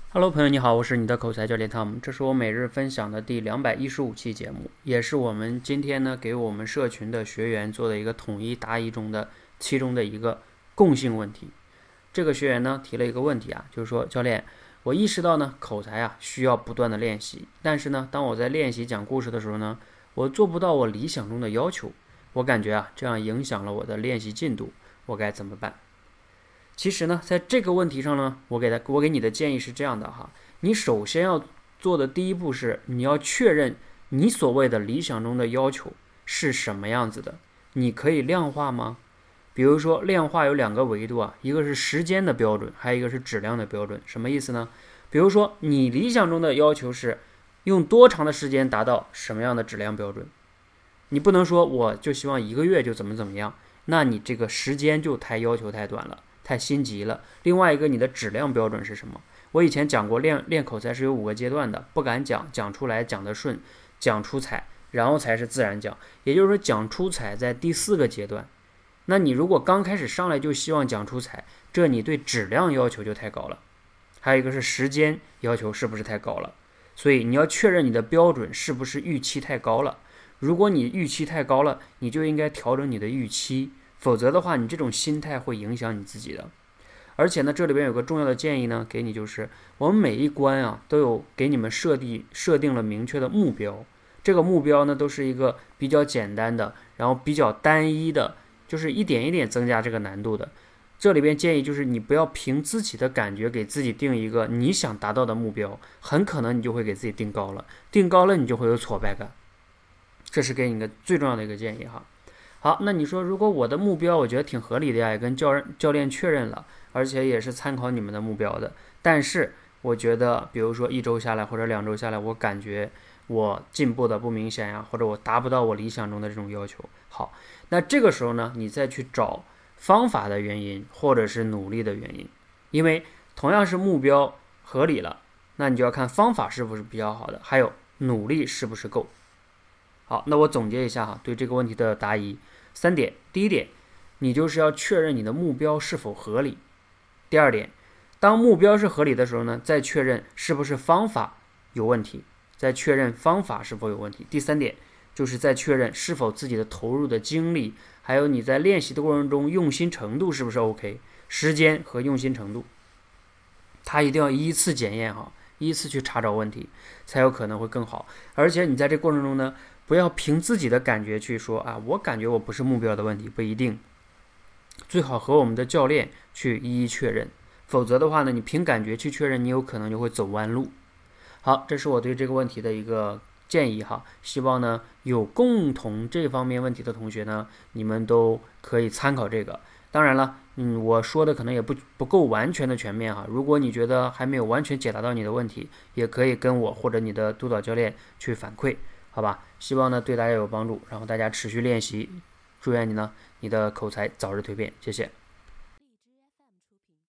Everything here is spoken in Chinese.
Hello，朋友你好，我是你的口才教练 Tom，这是我每日分享的第215期节目，也是我们今天呢给我们社群的学员做的一个统一答疑中的其中的一个共性问题。这个学员呢提了一个问题啊，就是说教练，我意识到呢口才啊需要不断的练习，但是呢当我在练习讲故事的时候呢，我做不到我理想中的要求，我感觉啊这样影响了我的练习进度，我该怎么办？其实呢，在这个问题上呢，我给你的建议是这样的哈，你首先要做的第一步是，你要确认你所谓的理想中的要求是什么样子的，你可以量化吗？比如说量化有两个维度啊，一个是时间的标准，还有一个是质量的标准。什么意思呢？比如说你理想中的要求是用多长的时间达到什么样的质量标准？你不能说我就希望1个月就怎么样，那你这个时间就要求太短了。太心急了。另外一个，你的质量标准是什么？我以前讲过练口才是有5个阶段的，不敢讲，讲出来讲得顺，讲出彩，然后才是自然讲。也就是说，讲出彩在第4个阶段。那你如果刚开始上来就希望讲出彩，这你对质量要求就太高了。还有一个是时间要求是不是太高了？所以你要确认你的标准是不是预期太高了。如果你预期太高了，你就应该调整你的预期。否则的话，你这种心态会影响你自己的。而且呢，这里边有个重要的建议呢，给你就是，我们每一关啊都有给你们设定了明确的目标。这个目标呢，都是一个比较简单的，然后比较单一的，就是一点一点增加这个难度的。这里边建议就是你不要凭自己的感觉给自己定一个你想达到的目标，很可能你就会给自己定高了，定高了你就会有挫败感。这是给你一个最重要的一个建议哈。好，那你说如果我的目标我觉得挺合理的呀，也跟教练确认了，而且也是参考你们的目标的，但是我觉得比如说1周下来或者2周下来，我感觉我进步的不明显呀，或者我达不到我理想中的这种要求。好，那这个时候呢，你再去找方法的原因或者是努力的原因，因为同样是目标合理了，那你就要看方法是不是比较好的，还有努力是不是够。好，那我总结一下哈，对这个问题的答疑3点。第一点，你就是要确认你的目标是否合理。第二点，当目标是合理的时候呢，再确认是不是方法有问题，再确认方法是否有问题。第3点，就是再确认是否自己的投入的精力，还有你在练习的过程中用心程度是不是 OK， 时间和用心程度，它一定要依次检验哈，依次去查找问题，才有可能会更好。而且你在这过程中呢，不要凭自己的感觉去说啊，我感觉我不是目标的问题，不一定。最好和我们的教练去一一确认，否则的话呢，你凭感觉去确认，你有可能就会走弯路。好，这是我对这个问题的一个建议哈，希望呢有共同这方面问题的同学呢，你们都可以参考这个。当然了，我说的可能也不够完全的全面哈。如果你觉得还没有完全解答到你的问题，也可以跟我或者你的督导教练去反馈。好吧，希望呢对大家有帮助，然后大家持续练习，祝愿你呢你的口才早日蜕变，谢谢。